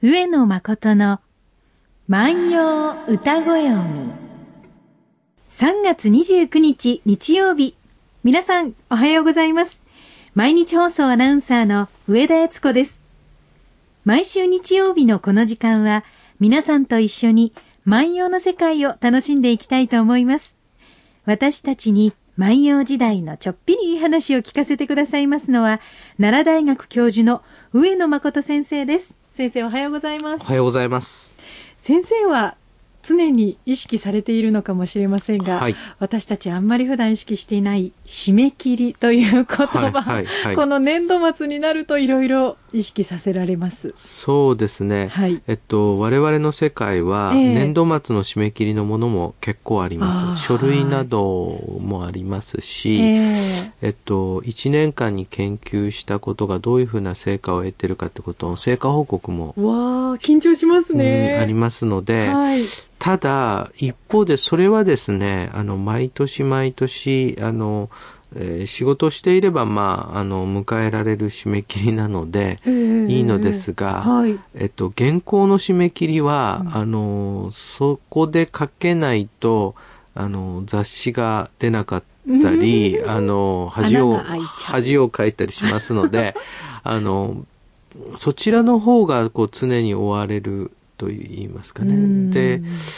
上野誠の万葉歌ごよみ。3月29日日曜日、皆さんおはようございます。毎日放送アナウンサーの上田悦子です。毎週日曜日のこの時間は、皆さんと一緒に万葉の世界を楽しんでいきたいと思います。私たちに万葉時代のちょっぴりいい話を聞かせてくださいますのは、奈良大学教授の上野誠先生です。先生、おはようございます。 おはようございます。 先生は常に意識されているのかもしれませんが、はい、私たちあんまり普段意識していない締め切りという言葉、この年度末になるといろいろ意識させられます。 そうですね、はい、我々の世界は年度末の締め切りのものも結構あります。書類などもありますし、1年間に研究したことがどういうふうな成果を得ているかということの成果報告も緊張しますね、 ありますので、 はい、 ただ一方でそれはですね、毎年毎年仕事をしていれば迎えられる締め切りなのでいいのですが、はい、原稿の締め切りは、そこで書けないと雑誌が出なかったり恥をかいたりしますのでそちらの方が常に追われると言いますかね。で、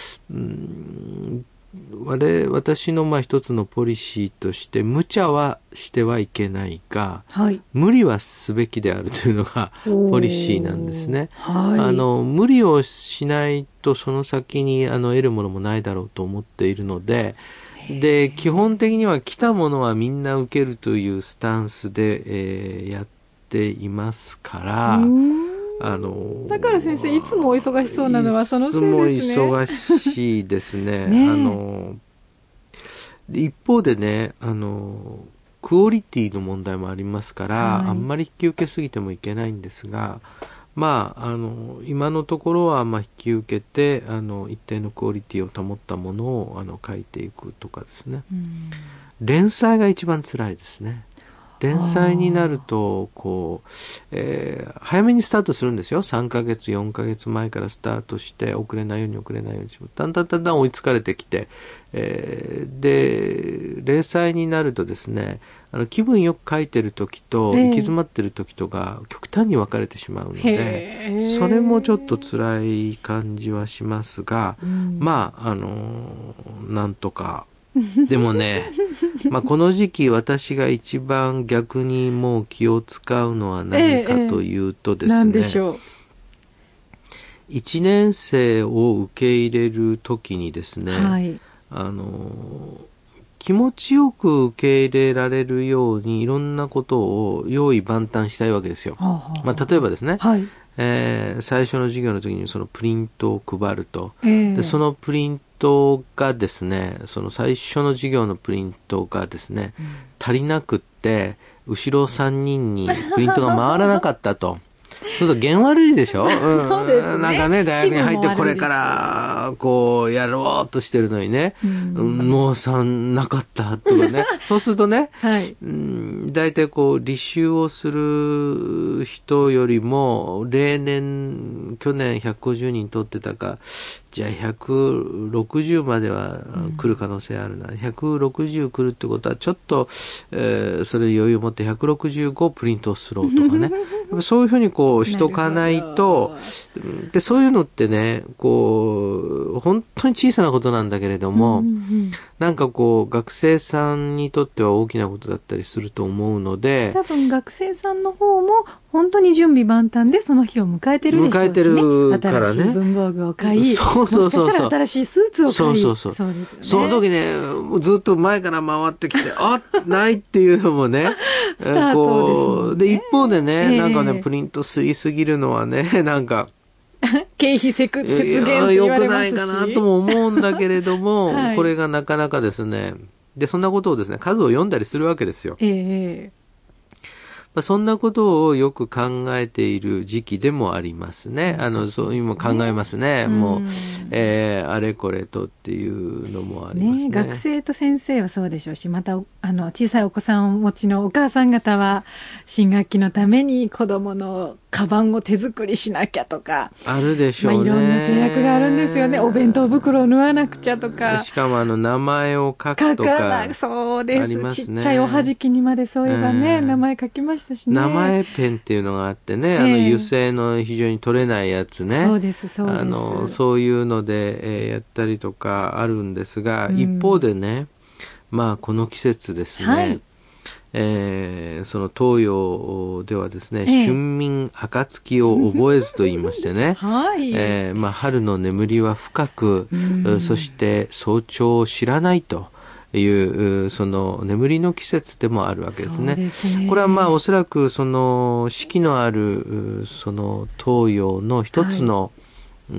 私の一つのポリシーとして無茶はしてはいけないが、はい、無理はすべきであるというのがポリシーなんですね。はい、無理をしないとその先に得るものもないだろうと思っているので、基本的には来たものはみんな受けるというスタンスで、やっていますから、 だから先生いつもお忙しそうなのはそのせいですね。 いつも忙しいですね。一方でね、クオリティの問題もありますから、はい、あんまり引き受けすぎてもいけないんですが、今のところは引き受けて一定のクオリティを保ったものを書いていくとかですね。連載が一番辛いですね。連載になると早めにスタートするんですよ。3ヶ月4ヶ月前からスタートして遅れないようにだんだん追いつかれてきて、で連載になるとですね、気分よく書いてる時と行き詰まってる時とが極端に分かれてしまうので、それもちょっと辛い感じはしますが、なんとかでもね、この時期私が一番逆にもう気を使うのは何かというとですね、 何でしょう。 1年生を受け入れる時にですね、はい、気持ちよく受け入れられるようにいろんなことを用意万端したいわけですよ。例えばですね、はい、最初の授業の時にそのプリントを配ると、でそのプリントがですね、その最初の授業のプリントがですね、足りなくって後ろ3人にプリントが回らなかったと。そうすると弦悪いでしょ。 そうですね。 なんかね、大学に入ってこれからやろうとしてるのにね、もうなかったとかね。そうするとね、はい、大体履修をする人よりも例年去年150人取ってたか、じゃあ160までは来る可能性あるな。160来るってことはちょっと、それ余裕を持って165プリントをすろうとかね。そういうふうにしとかないと、でそういうのってね、本当に小さなことなんだけれども、なんか学生さんにとっては大きなことだったりすると思うので、 多分学生さんの方も本当に準備万端でその日を迎えてるでしょうしね。 迎えてるからね。 新しい文房具を買い、もしかしたら新しいスーツを買い、そうですよね。 その時ね、ずっと前から回ってきて、ないっていうのもね、 スタートですね。 で一方でね、なんかね、プリント吸いすぎるのはね、なんか経費節減って言われますし、 良くないかなとも思うんだけれども、はい、これがなかなかですね、でそんなことをですね、数を読んだりするわけですよ。 そんなことをよく考えている時期でもありますね。そういうのも考えますね。もう、あれこれとっていうのもありますね。 学生と先生はそうでしょうし、また、小さいお子さんをお持ちのお母さん方は、新学期のために子供のカバンを手作りしなきゃとか。 あるでしょうね。 いろんな制約があるんですよね。お弁当袋を縫わなくちゃとか。 しかも名前を書くとか。 そうです。 ありますね。 ちっちゃいおはじきにまでそういえばね、名前書きましたしね。 名前ペンっていうのがあってね、油性の非常に取れないやつね。 そうです、そうです。 そういうので、やったりとかあるんですが、一方でね、この季節ですね、はい、その東洋ではですね、春眠暁を覚えずと言いましてね、 はい、 春の眠りは深く、そして早朝を知らないというその眠りの季節でもあるわけですね。 そうですね。 これはおそらくその四季のあるその東洋の一つの、はい、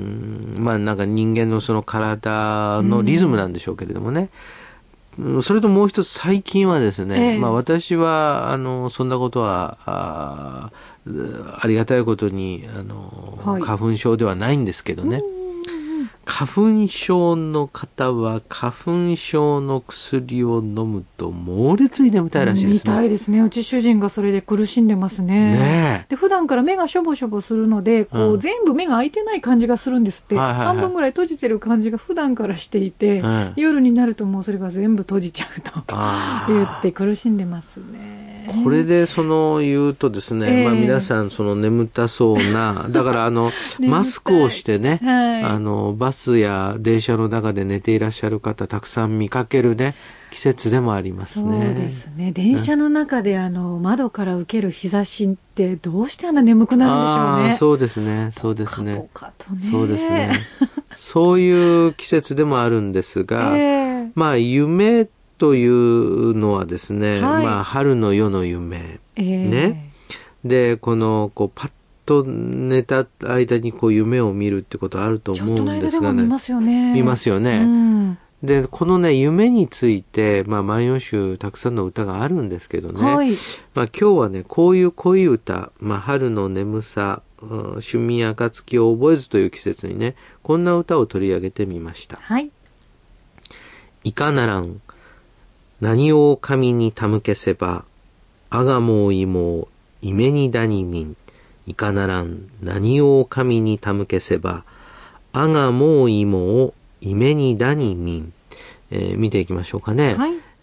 なんか人間のその体のリズムなんでしょうけれどもね。それともう一つ最近はですね、私はそんなことはありがたいことにはい、花粉症ではないんですけどね。花粉症の方は花粉症の薬を飲むと猛烈に眠たいらしいですね。 みたいですね。うち主人がそれで苦しんでますね。で普段から目がしょぼしょぼするので全部目が開いてない感じがするんですって、半分ぐらい閉じてる感じが普段からしていて、夜になるともうそれが全部閉じちゃうと言って苦しんでますね。 これで言うとですね、皆さん眠たそうな、だからマスクをしてね、バスや電車の中で寝ていらっしゃる方たくさん見かけるね、季節でもありますね。 そうですね。電車の中で窓から受ける日差しってどうして眠くなるんでしょうね。 そうですね。そうですね。 ポカポカとね。 そうですね。そういう季節でもあるんですが、夢というのはですね、春の夜の夢、ね。で、パッと寝た間に夢を見るってことあると思うんですがね。ちょっとの間でも見ますよね。 見ますよね。 で、このね、夢について、万葉集たくさんの歌があるんですけどね。今日はね、こういう恋歌、春の眠さ、春眠暁を覚えずという季節にね、こんな歌を取り上げてみました。いかならん何を神に手向けせば、あがもういもいめにだにみん。いかならん何を神に手向けせば、あがもういもいめにだにみん。見ていきましょうかね。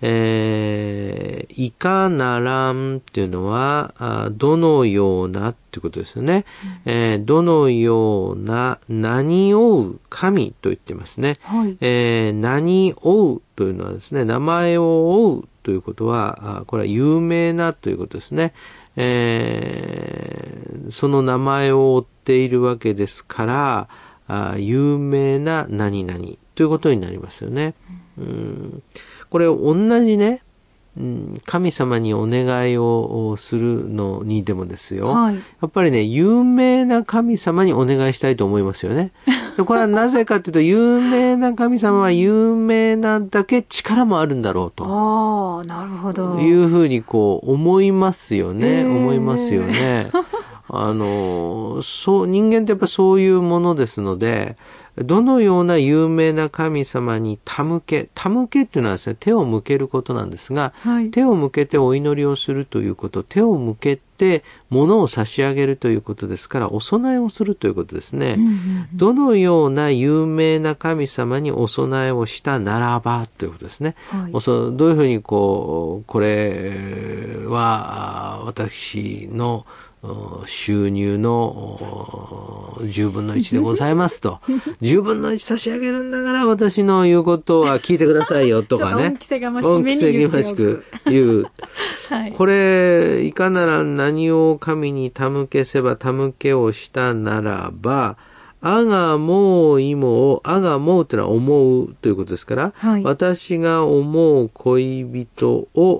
いかならんっていうのは、どのようなっていうことですよね。どのような、何をう神と言ってますね。何をうというのはですね、名前を追うということは、これは有名なということですね。その名前を追っているわけですから、有名な何々ということになりますよね。これ同じね、神様にお願いをするのにでもですよ、やっぱりね、有名な神様にお願いしたいと思いますよね。これはなぜかというと、有名な神様は有名なだけ力もあるんだろうと。 なるほど。 いうふうに思いますよね。思いますよね。人間ってやっぱそういうものですので、どのような有名な神様に手向けっていうのはですね、手を向けることなんですが、手を向けてお祈りをするということ、手を向けて物を差し上げるということですから、お供えをするということですね。どのような有名な神様にお供えをしたならばということですね。どういうふうにこれは私の収入の10分の1でございますと。10分の1差し上げるんだから私の言うことは聞いてくださいよとかね。 恩着せがましく言う。これ、いかなら何を神に手向けせば手向けをしたならば、あがもういもを、あがもうというのは思うということですから、私が思う恋人を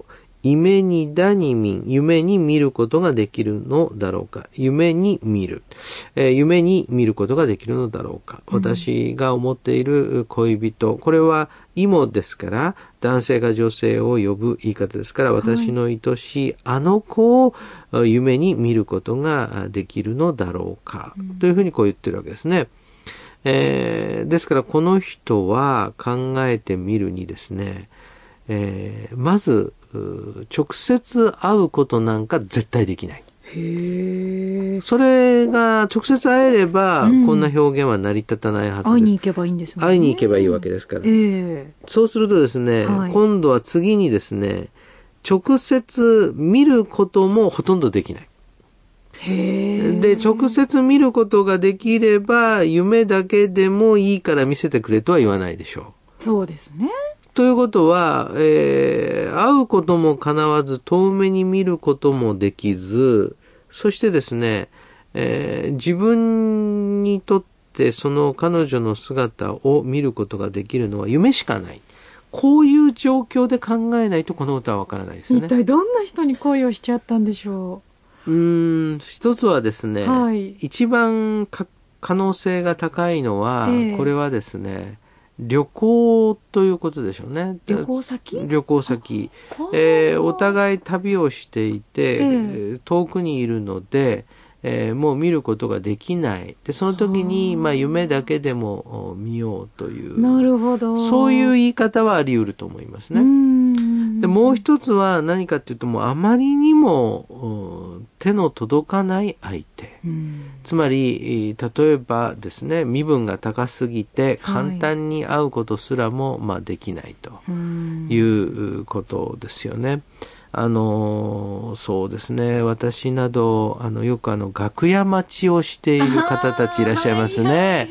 夢にだにみん、夢に見ることができるのだろうか。夢に見る。夢に見ることができるのだろうか。私が思っている恋人、これは妹ですから、男性が女性を呼ぶ言い方ですから、私の愛しいあの子を夢に見ることができるのだろうか。というふうにこう言ってるわけですね。ですからこの人は考えてみるにですね、まず直接会うことなんか絶対できない。それが直接会えれば、こんな表現は成り立たないはずです。 会いに行けばいいんですもんね。 会いに行けばいいわけですから。そうするとですね、今度は次にですね、直接見ることもほとんどできない。で、直接見ることができれば、夢だけでもいいから見せてくれとは言わないでしょう。そうですね。 ということは、会うことも叶わず、遠目に見ることもできず、そしてですね、自分にとってその彼女の姿を見ることができるのは夢しかない。こういう状況で考えないとこの歌はわからないですよね。 一体どんな人に恋をしちゃったんでしょう。 一つはですね、一番可能性が高いのは、これはですね、旅行ということでしょうね。 旅行先？ 旅行先。お互い旅をしていて、遠くにいるので、もう見ることができない。で、その時に、夢だけでも見ようという。 なるほど。 そういう言い方はあり得ると思いますね。で、もう一つは何かっていうと、もうあまりにも手の届かない相手。つまり、例えばですね、身分が高すぎて簡単に会うことすらも、できないということですよね。そうですね。私など、よく楽屋待ちをしている方たちいらっしゃいますね。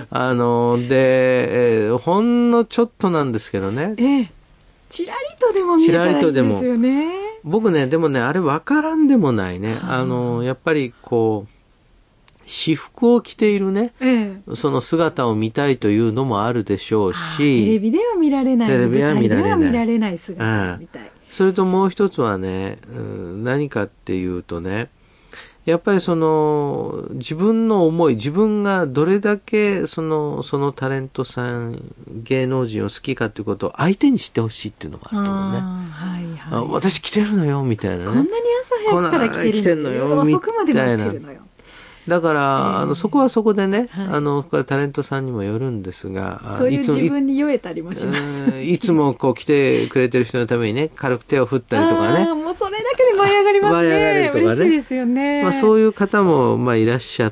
で、ほんのちょっとなんですけどね。 ちらりとでも見えたらいいんですよね。 僕ね、でもね、あれ分からんでもないね。やっぱりこう、私服を着ているね、その姿を見たいというのもあるでしょうし、 テレビでは見られない、 テレビは見られない、 舞台では見られない姿を見たい。 それともう一つはね、何かっていうとね、やっぱりその自分の思い、自分がどれだけそのタレントさん、芸能人を好きかということを相手にしてほしいっていうのもあると思うね。私来てるのよみたいなね。 こんなに朝早くから来てるのよ。遅くまで待ってるのよ。 だから、そこはそこでね、これタレントさんにもよるんですが、 そういう自分に酔えたりもします。 いつもこう来てくれてる人のためにね、軽く手を振ったりとかね。 もうそれだけで舞い上がりますね。舞い上がるとかね。嬉しいですよね。 そういう方も、いらっしゃって、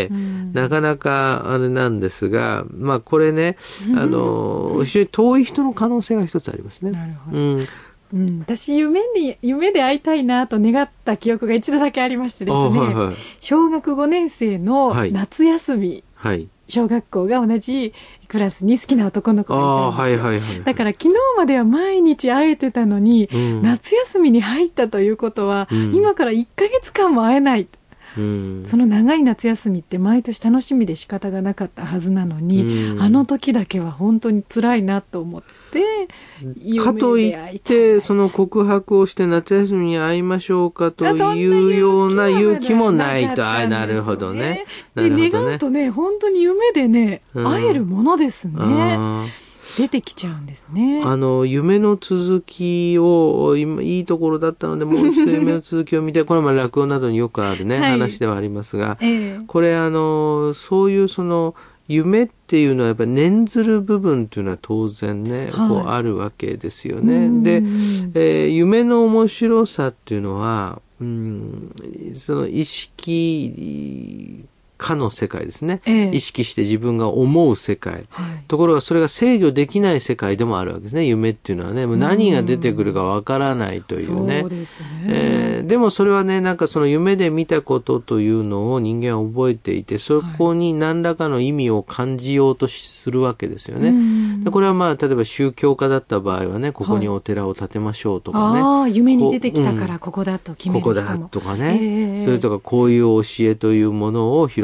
なかなかあれなんですが、これね、非常に遠い人の可能性が一つありますね。 なるほど。私夢で会いたいなと願った記憶が一度だけありましてですね、小学5年生の夏休み、小学校が同じクラスに好きな男の子がいたんですよ。だから昨日までは毎日会えてたのに、夏休みに入ったということは、今から1ヶ月間も会えない。その長い夏休みって毎年楽しみで仕方がなかったはずなのに、あの時だけは本当に辛いなと思って、 かといってその告白をして夏休みに会いましょうかというような勇気もないと。なるほどね。 で、願うとね、本当に夢でね、会えるものですね。出てきちゃうんですね。 夢の続きを、いいところだったので、もう一度夢の続きを見て、これは落語などによくあるね、話ではありますが、これそういうその、夢っていうのはやっぱり念ずる部分っていうのは当然ね、こうあるわけですよね。で、夢の面白さっていうのは、その意識かの世界ですね、意識して自分が思う世界、ところがそれが制御できない世界でもあるわけですね。夢っていうのはね、もう何が出てくるかわからないというね。 そうですね。 でもそれはね、なんかその夢で見たことというのを人間は覚えていて、そこに何らかの意味を感じようとするわけですよね。でこれは例えば宗教家だった場合はね、ここにお寺を建てましょうとかね。 夢に出てきたからここだと決める人も。 ここだとかね。それとかこういう教えというものを広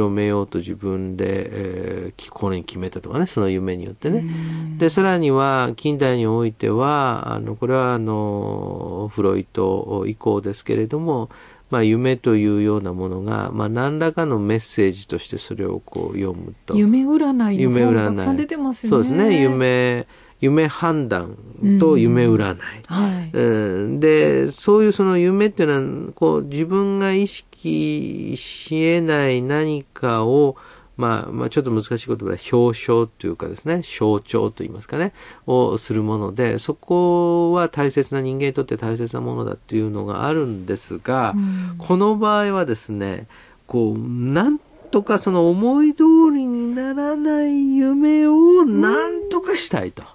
広めようと自分で、心に決めたとかね、その夢によってね。で、さらには近代においてはこれはフロイト以降ですけれども、夢というようなものが、何らかのメッセージとしてそれをこう読むと。 夢占いの本がたくさん出てますよね。 そうですね。夢判断と夢占い。はい。で、そういうその夢っていうのは、こう自分が意識し得ない何かを、ちょっと難しい言葉で表彰というかですね、象徴といいますかね、をするもので、そこは大切な、人間にとって大切なものだっていうのがあるんですが、この場合はですね、こう、なんとかその思い通りにならない夢をなんとかしたいと。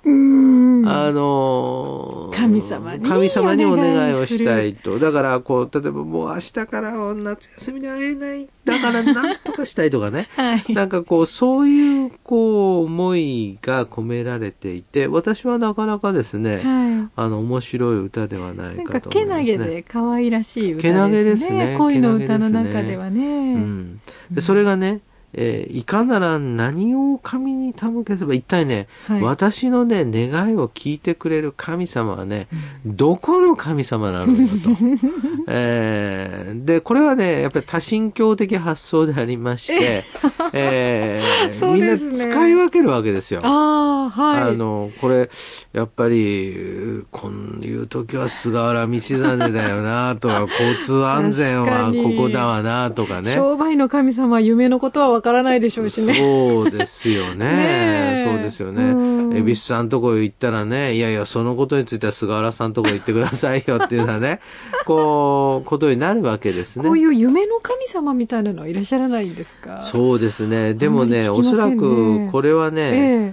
神様にお願いをしたいと。だからこう、例えばもう明日から夏休みで会えない。だからなんとかしたいとかね。はい、なんかこう、そういうこう、思いが込められていて、私はなかなかですね、はい、面白い歌ではないかと思いますね。なんかけなげで可愛らしい歌ですね。けなげですね。恋の歌の中ではね。で、それがね、いかなら何を神に手向ければ、一体ね、はい、私のね、願いを聞いてくれる神様はね、どこの神様なのよと。で、これはね、やっぱり多神教的発想でありまして、みんな使い分けるわけですよ。はい。これ、やっぱり、こういう時は菅原道真だよなとか、交通安全はここだわなとかね。 商売の神様は夢のことはわからないでしょうしね。 そうですよね。そうですよね。恵比寿さんとこ行ったらね、いやいや、そのことについては菅原さんとこ行ってくださいよっていうのはね、こう、ことになるわけですね。 こういう夢の神様みたいなのはいらっしゃらないんですか？ そうですね。でもね、おそらくこれはね、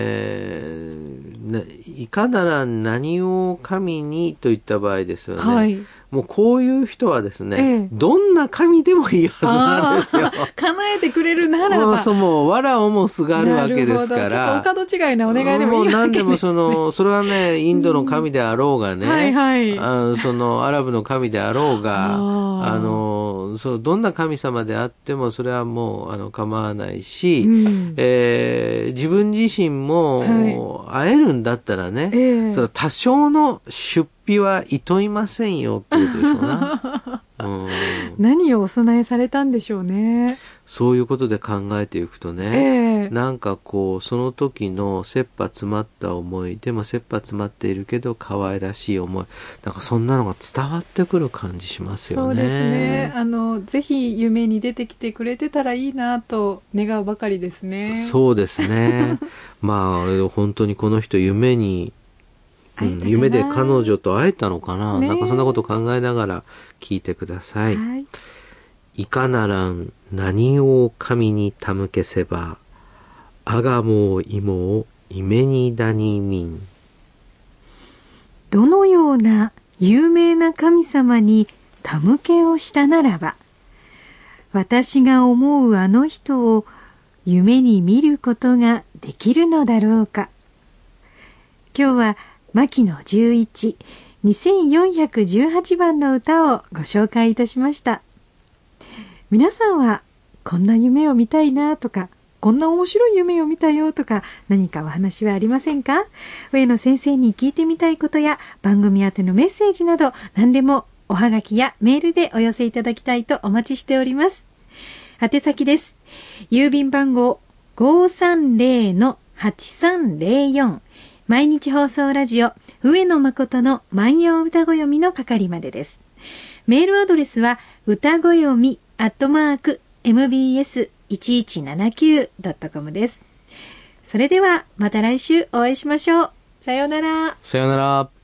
いかなら何を神にといった場合ですよね。はい。もうこういう人はですね、どんな神でもいいはずなんですよ。 叶えてくれるならば。 そう、もう、わらをもすがるわけですから。 ちょっとお門違いなお願いでもいいわけですね。もう何でもそれはね、インドの神であろうがね、はいはい、アラブの神であろうが、どんな神様であっても、それはもう、構わないし、自分自身も、会えるんだったらね、その多少の出費はいといませんよってことでしょうな。 何をお供えされたんでしょうね。 そういうことで考えていくとね、なんかこうその時の切羽詰まった思いでも切羽詰まっているけど可愛らしい思い、なんかそんなのが伝わってくる感じしますよね。 そうですね。ぜひ夢に出てきてくれてたらいいなと願うばかりですね。 そうですね。本当にこの人夢に夢で彼女と会えたのかな、なんかそんなこと考えながら聞いてください。はい、いかならん何を神に手向けせば、あがもういもを夢にだにみん。 どのような有名な神様に手向けをしたならば、私が思うあの人を夢に見ることができるのだろうか。今日は牧野11、2418番の歌をご紹介いたしました。皆さんはこんな夢を見たいなとか、こんな面白い夢を見たよとか、何かお話はありませんか？上野先生に聞いてみたいことや番組宛てのメッセージなど、何でもおはがきやメールでお寄せいただきたいとお待ちしております。宛先です。郵便番号 530-8304、毎日放送ラジオ上野誠の万葉歌ご読みの係までです。メールアドレスは歌ご読み@mbs1179.com です。それではまた来週お会いしましょう。さようなら。 さようなら。